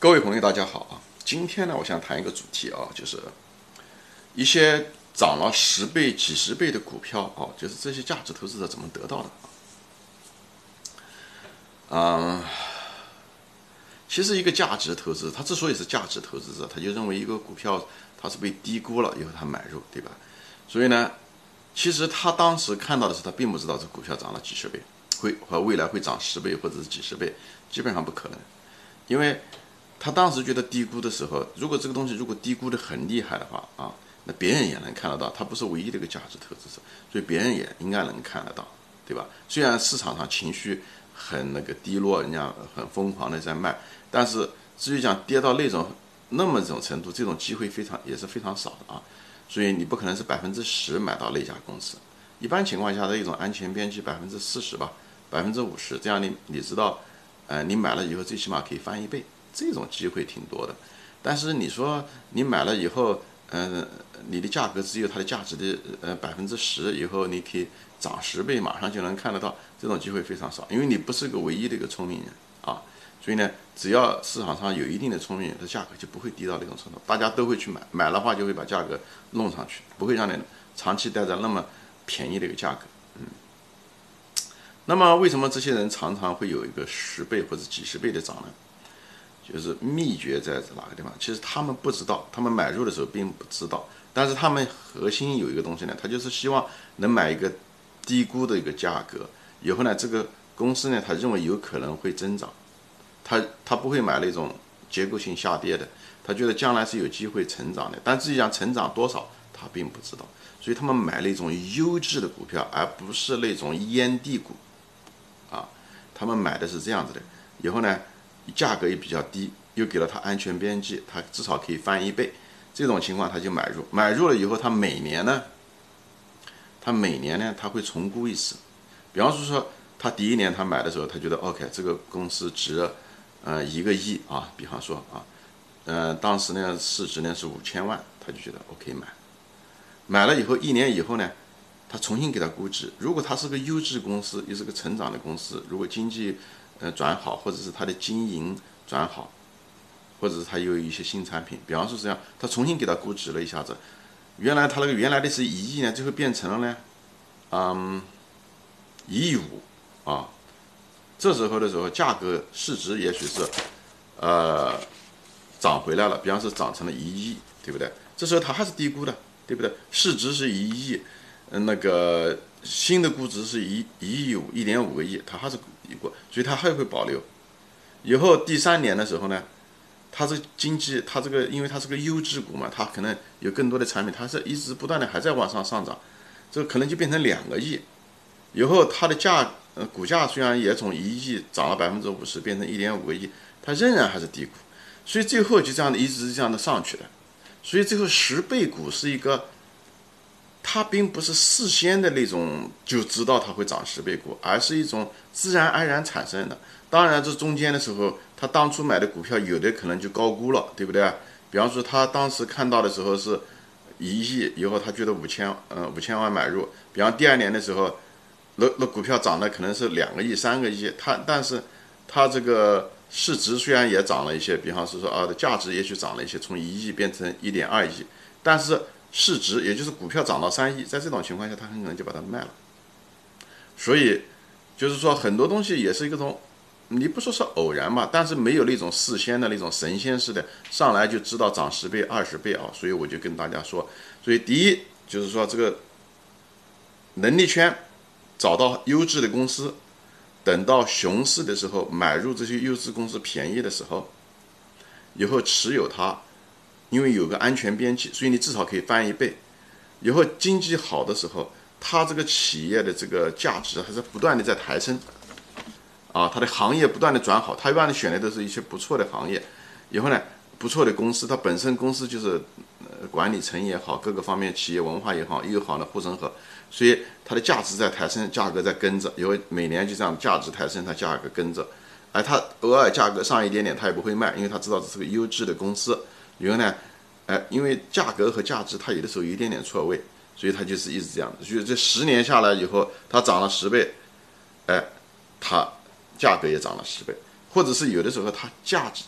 各位朋友，大家好啊！今天呢，我想谈一个主题啊，就是一些涨了10倍、几十倍的股票啊，就是这些价值投资者怎么得到的其实一个价值投资，他之所以是价值投资者，他就认为一个股票它是被低估了以后他买入，对吧？所以呢，其实他当时看到的是，他并不知道这股票涨了几十倍，未来会涨10倍或者是几十倍，基本上不可能，因为他当时觉得低估的时候，如果这个东西如果低估的很厉害的话啊，那别人也能看得到，他不是唯一的一个价值投资者，所以别人也应该能看得到，对吧？虽然市场上情绪很低落，人家很疯狂的在卖，但是至于讲跌到那么一种程度，这种机会也是非常少的啊。所以你不可能是10%买到那家公司，一般情况下的一种安全边际40%吧，50%，这样你知道，你买了以后最起码可以翻1倍。这种机会挺多的，但是你说你买了以后，你的价格只有它的价值的10%，以后你可以涨10倍，马上就能看得到，这种机会非常少，因为你不是个唯一的一个聪明人啊。所以呢，只要市场上有一定的聪明人，它价格就不会低到那种程度，大家都会去买，买的话就会把价格弄上去，不会让你长期待在那么便宜的一个价格。那么为什么这些人常常会有一个10倍或者几十倍的涨呢？就是秘诀在哪个地方？其实他们不知道，他们买入的时候并不知道，但是他们核心有一个东西呢，他就是希望能买一个低估的一个价格，以后呢，这个公司呢，他认为有可能会增长，他不会买那种结构性下跌的，他觉得将来是有机会成长的，但至于讲成长多少，他并不知道，所以他们买那种优质的股票，而不是那种烟蒂股，啊，他们买的是这样子的，以后呢，价格也比较低，又给了他安全边际，他至少可以翻1倍。这种情况他就买入，买入了以后，他每年呢他会重估一次。比方说，他第一年他买的时候，他觉得 OK， 这个公司值1个亿啊，比方说当时呢市值呢是5000万，他就觉得 OK 买了以后，1年以后呢，他重新给他估值。如果他是个优质公司，又是个成长的公司，如果经济转好，或者是它的经营转好，或者是它有一些新产品，比方说这样，他重新给它估值了一下子，原来的是1亿呢，最后变成了呢1.5亿啊。这时候价格市值也许是涨回来了，比方说涨成了1亿，对不对？这时候它还是低估的，对不对？市值是1亿，那个新的估值是1.5个亿，它还是低估，所以它还会保留。以后第3年的时候呢，它这经济，它这个因为它是个优质股嘛，它可能有更多的产品，它是一直不断的还在往上涨，这个可能就变成2个亿。以后它的股价虽然也从1亿涨了50%，变成1.5个亿，它仍然还是低估，所以最后就这样的一直这样的上去的。所以最后10倍股是一个，它并不是事先的那种就知道它会涨10倍股，而是一种自然而然产生的。当然这中间的时候，他当初买的股票有的可能就高估了，对不对？比方说他当时看到的时候是1亿，以后他觉得5000万买入，比方第2年的时候，那股票涨的可能是2个亿、3个亿，但是它这个市值虽然也涨了一些，比方说的价值也许涨了一些，从1亿变成1.2亿，但是市值也就是股票涨到3亿，在这种情况下，他很可能就把它卖了。所以就是说很多东西也是一种，你不说是偶然吧，但是没有那种事先的那种神仙似的上来就知道涨10倍、20倍啊。所以我就跟大家说，所以第一就是说这个能力圈。找到优质的公司，等到熊市的时候买入这些优质公司便宜的时候，以后持有它，因为有个安全边际，所以你至少可以翻1倍。以后经济好的时候，它这个企业的这个价值还是不断的在抬升，它的行业不断的转好，它一般的选的都是一些不错的行业，以后呢不错的公司，它本身公司就是管理层也好，各个方面企业文化也好，又好的护城河。所以它的价值在抬升，价格在跟着，因为每年就这样价值抬升，它价格跟着，而它偶尔价格上一点点，它也不会卖，因为它知道这是个优质的公司。以后呢，因为价格和价值它有的时候有一点点错位，所以它就是一直这样的。所以这10年下来以后，它涨了10倍，它价格也涨了10倍，或者是有的时候它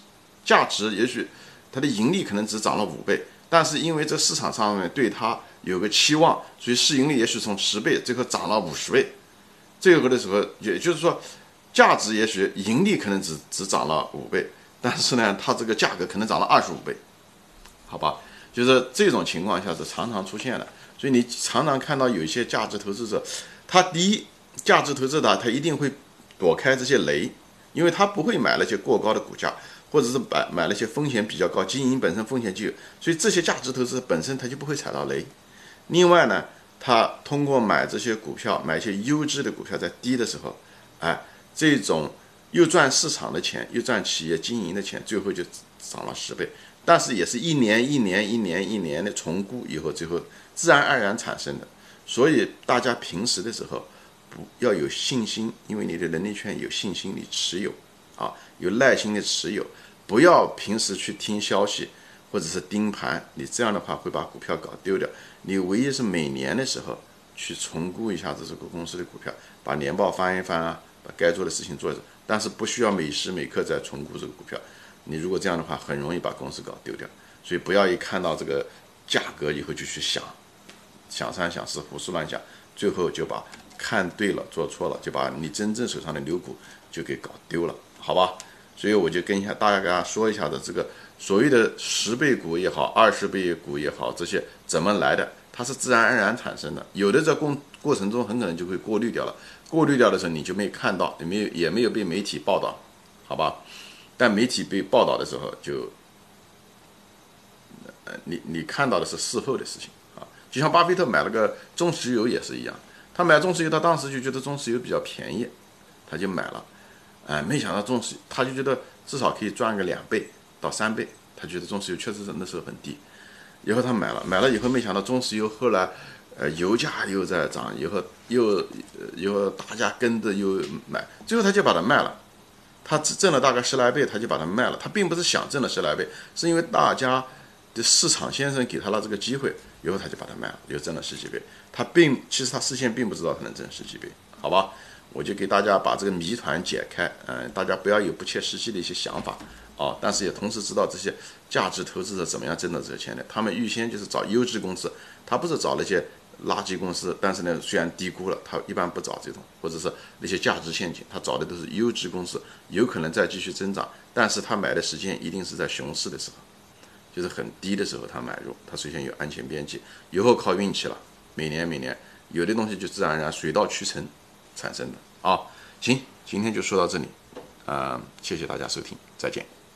价值也许它的盈利可能只涨了5倍，但是因为这市场上面对它有个期望，所以市盈率也许从10倍最后涨了50倍。这个的时候，也就是说，价值也许盈利可能只涨了5倍，但是呢，它这个价格可能涨了25倍，好吧？就是这种情况下是常常出现的。所以你常常看到有一些价值投资者，他第一，价值投资者他一定会躲开这些雷，因为他不会买那些过高的股价，或者是买那些风险比较高、经营本身风险就有，所以这些价值投资本身他就不会踩到雷。另外呢，他通过买这些股票，买一些优质的股票，在低的时候，这种又赚市场的钱，又赚企业经营的钱，最后就涨了10倍。但是也是一年的重估以后，最后自然而然产生的。所以大家平时的时候不要有信心，因为你的能力圈有信心，你持有有耐心的持有，不要平时去听消息或者是盯盘，你这样的话会把股票搞丢掉。你唯一是每年的时候去重估一下这个公司的股票，把年报翻一翻把该做的事情做一做，但是不需要每时每刻在重估这个股票。你如果这样的话，很容易把公司搞丢掉。所以不要一看到这个价格以后就去想三想四，胡思乱想，最后就把看对了做错了，就把你真正手上的牛股就给搞丢了，好吧？所以我就跟大家说一下的，这个所谓的10倍股也好，20倍股也好，这些怎么来的？它是自然而然产生的，有的在过程中很可能就会过滤掉了，过滤掉的时候你就没看到，也没有被媒体报道，好吧？但媒体被报道的时候就，你看到的是事后的事情就像巴菲特买了个中石油也是一样，他买中石油，他当时就觉得中石油比较便宜，他就买了，没想到他就觉得至少可以赚个2倍到3倍，他觉得中石油确实是那时候很低，以后他买了以后，没想到中石油后来，油价又在涨，以后大家跟着又买，最后他就把它卖了。他只挣了大概10来倍，他就把它卖了。他并不是想挣了10来倍，是因为大家的市场先生给他了这个机会，以后他就把它卖了，又挣了10几倍。其实他事先并不知道可能挣10几倍，好吧？我就给大家把这个谜团解开，大家不要有不切实际的一些想法但是也同时知道这些价值投资者怎么样挣到这个钱的。他们预先就是找优质公司，他不是找那些垃圾公司，但是呢，虽然低估了，他一般不找这种，或者是那些价值陷阱，他找的都是优质公司，有可能再继续增长，但是他买的时间一定是在熊市的时候，就是很低的时候他买入，他首先有安全边际，以后靠运气了，每年有的东西就自然而然水到渠成产生的行，今天就说到这里，谢谢大家收听，再见。